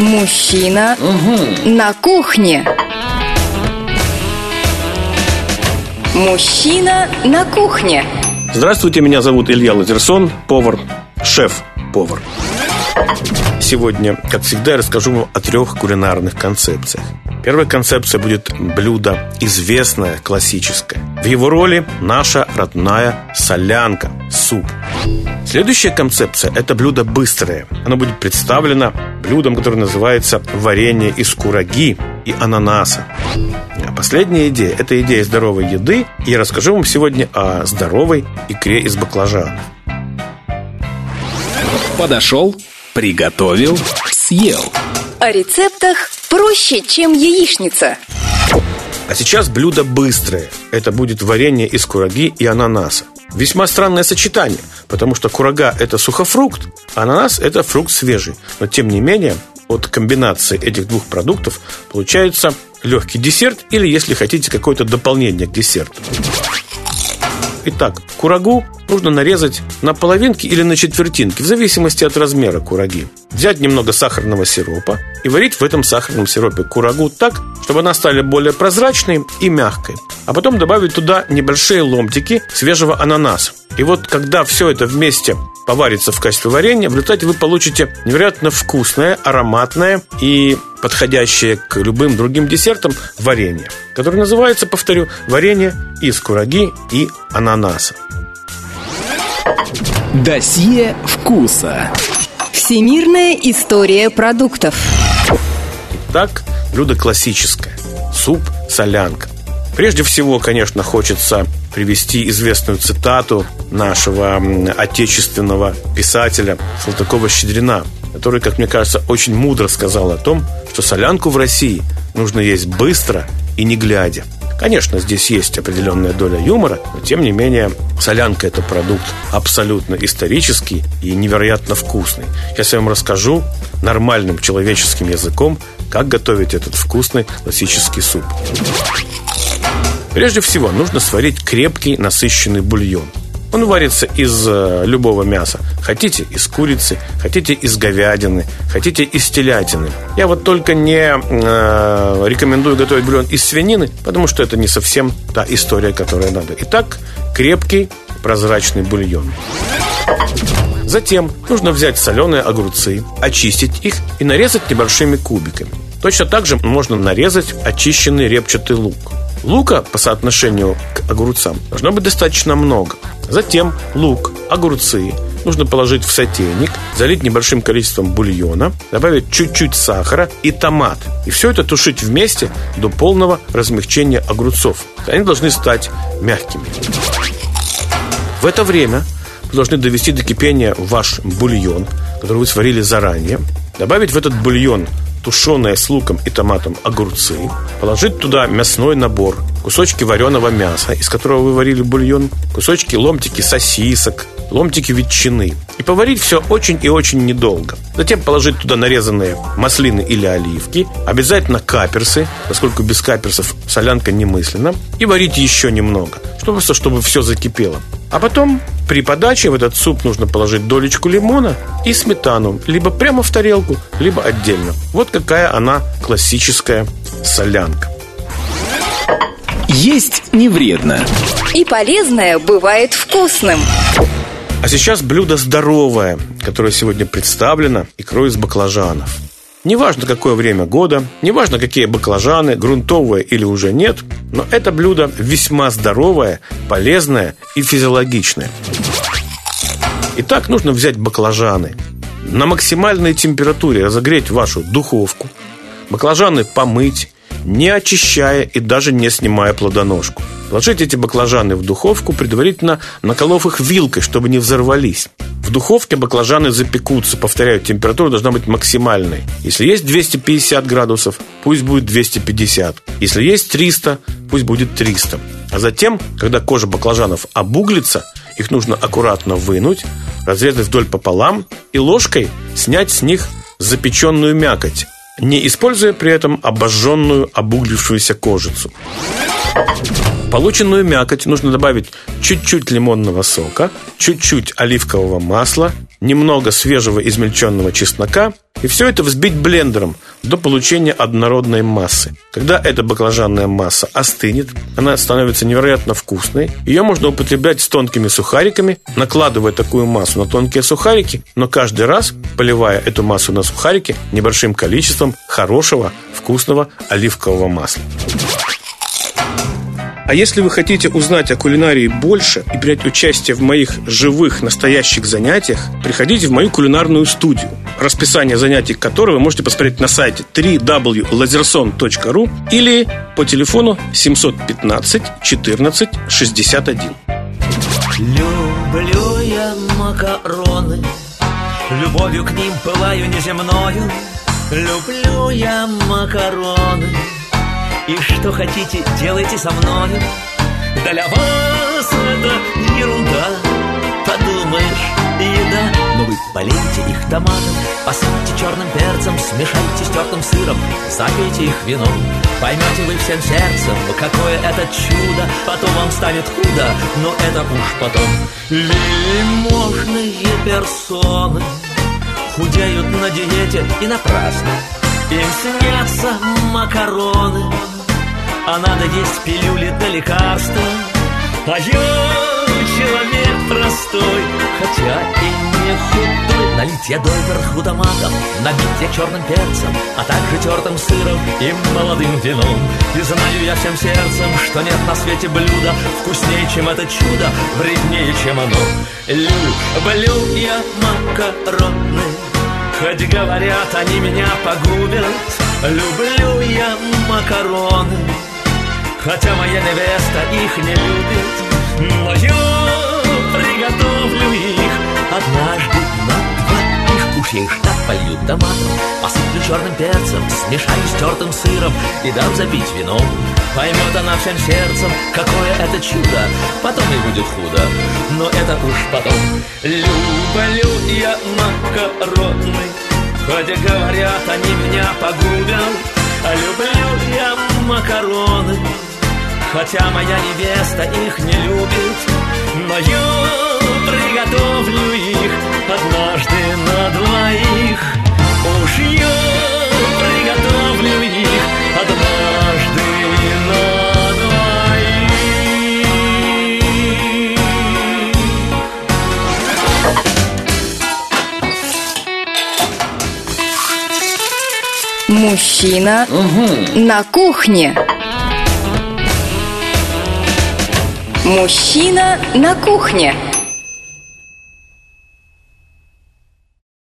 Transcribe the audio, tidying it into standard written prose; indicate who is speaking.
Speaker 1: Мужчина на кухне. Мужчина на кухне.
Speaker 2: Здравствуйте, меня зовут Илья Лазерсон, повар, шеф-повар. Сегодня, как всегда, я расскажу вам о 3 кулинарных концепциях. Первая концепция будет блюдо известное, классическое. В его роли наша родная солянка, суп. Следующая концепция – это блюдо быстрое. Оно будет представлено блюдом, которое называется варенье из кураги и ананаса. А последняя идея – это идея здоровой еды. И я расскажу вам сегодня о здоровой икре из баклажанов.
Speaker 3: Подошел, приготовил, съел.
Speaker 1: О рецептах проще, чем яичница.
Speaker 2: А сейчас блюдо быстрое. Это будет варенье из кураги и ананаса. Весьма странное сочетание, потому что курага – это сухофрукт, а ананас – это фрукт свежий. Но тем не менее, от комбинации этих 2 продуктов получается легкий десерт или, если хотите, какое-то дополнение к десерту. Итак, курагу нужно нарезать на половинки или на четвертинки, в зависимости от размера кураги. Взять немного сахарного сиропа и варить в этом сахарном сиропе курагу так, чтобы она стала более прозрачной и мягкой. А потом добавить туда небольшие ломтики свежего ананаса. И вот когда все это вместе поварится в качестве варенья, в результате вы получите невероятно вкусное, ароматное и подходящее к любым другим десертам варенье, которое называется, повторю, варенье из кураги и ананаса.
Speaker 3: Досье вкуса.
Speaker 1: Всемирная история продуктов.
Speaker 2: Итак, блюдо классическое. Суп-солянка. Прежде всего, конечно, хочется привести известную цитату нашего отечественного писателя Салтыкова-Щедрина, который, как мне кажется, очень мудро сказал о том, что солянку в России нужно есть быстро и не глядя. Конечно, здесь есть определенная доля юмора, но тем не менее солянка – это продукт абсолютно исторический и невероятно вкусный. Сейчас я вам расскажу нормальным человеческим языком, как готовить этот вкусный классический суп. Прежде всего, нужно сварить крепкий насыщенный бульон. Он варится из любого мяса. Хотите из курицы, хотите из говядины, хотите из телятины. Я вот только не рекомендую готовить бульон из свинины, потому что это не совсем та история, которая надо. Итак, крепкий прозрачный бульон. Затем нужно взять соленые огурцы, очистить их и нарезать небольшими кубиками. Точно так же можно нарезать очищенный репчатый лук. Лука по соотношению к огурцам должно быть достаточно много. Затем лук, огурцы нужно положить в сотейник, залить небольшим количеством бульона, добавить чуть-чуть сахара и томат. И все это тушить вместе до полного размягчения огурцов. Они должны стать мягкими. В это время вы должны довести до кипения ваш бульон, который вы сварили заранее, добавить в этот бульон тушеные с луком и томатом огурцы, положить туда мясной набор, кусочки вареного мяса, из которого вы варили бульон, кусочки, ломтики сосисок, ломтики ветчины. И поварить все очень и очень недолго. Затем положить туда нарезанные маслины или оливки, обязательно каперсы, поскольку без каперсов солянка немыслима, и варить еще немного, чтобы все закипело. А потом при подаче в этот суп нужно положить долечку лимона и сметану, либо прямо в тарелку, либо отдельно. Вот какая она классическая солянка.
Speaker 3: Есть не вредно.
Speaker 1: И полезное бывает вкусным.
Speaker 2: А сейчас блюдо здоровое, которое сегодня представлено икрой из баклажанов. Неважно, какое время года, неважно, какие баклажаны, грунтовые или уже нет, но это блюдо весьма здоровое, полезное и физиологичное. Итак, нужно взять баклажаны, на максимальной температуре разогреть вашу духовку, баклажаны помыть, не очищая и даже не снимая плодоножку. Положить эти баклажаны в духовку, предварительно наколов их вилкой, чтобы не взорвались. В духовке баклажаны запекутся. Повторяю, температура должна быть максимальной. Если есть 250 градусов, пусть будет 250. Если есть 300, пусть будет 300. А затем, когда кожа баклажанов обуглится, их нужно аккуратно вынуть, разрезать вдоль пополам и ложкой снять с них запеченную мякоть, не используя при этом обожженную, обуглившуюся кожицу. В полученную мякоть нужно добавить чуть-чуть лимонного сока, чуть-чуть оливкового масла, немного свежего измельченного чеснока И все это взбить блендером до получения однородной массы. Когда эта баклажанная масса остынет, она становится невероятно вкусной. Ее можно употреблять с тонкими сухариками, накладывая такую массу на тонкие сухарики, но каждый раз поливая эту массу на сухарики небольшим количеством хорошего, вкусного оливкового масла. А если вы хотите узнать о кулинарии больше и принять участие в моих живых, настоящих занятиях, приходите в мою кулинарную студию, расписание занятий которой вы можете посмотреть на сайте www.lazerson.ru или по телефону 715 14 61.
Speaker 4: Люблю я макароны, любовью к ним пылаю неземною. Люблю я макароны, и что хотите, делайте со мною. Для вас это ерунда, подумаешь, еда. Но вы полейте их томатом, посыпьте черным перцем, смешайте с тертым сыром, запейте их вином. Поймете вы всем сердцем, какое это чудо. Потом вам станет худо, но это уж потом. Вельможные персоны худеют на диете и напрасно. Им снятся макароны, а надо есть пилюли для лекарства. А я человек простой, хотя и не худой. Налить я доверху томатом, набить я черным перцем, а также тертым сыром и молодым вином. И знаю я всем сердцем, что нет на свете блюда вкуснее, чем это чудо, вреднее, чем оно. Люблю я макароны, хоть говорят, они меня погубят. Люблю я макароны, хотя моя невеста их не любит. Но я приготовлю их однажды на двоих. Уж я их так полью томатом, посыплю черным перцем, смешаю с тертым сыром и дам запить вином. Поймет она всем сердцем, какое это чудо, потом и будет худо, но это уж потом. Люблю я макароны, хотя говорят, они меня погубят. Люблю я макароны, хотя моя невеста их не любит. Но я приготовлю их однажды на двоих. Уж я приготовлю их однажды на
Speaker 1: двоих. Мужчина на кухне. Мужчина на кухне.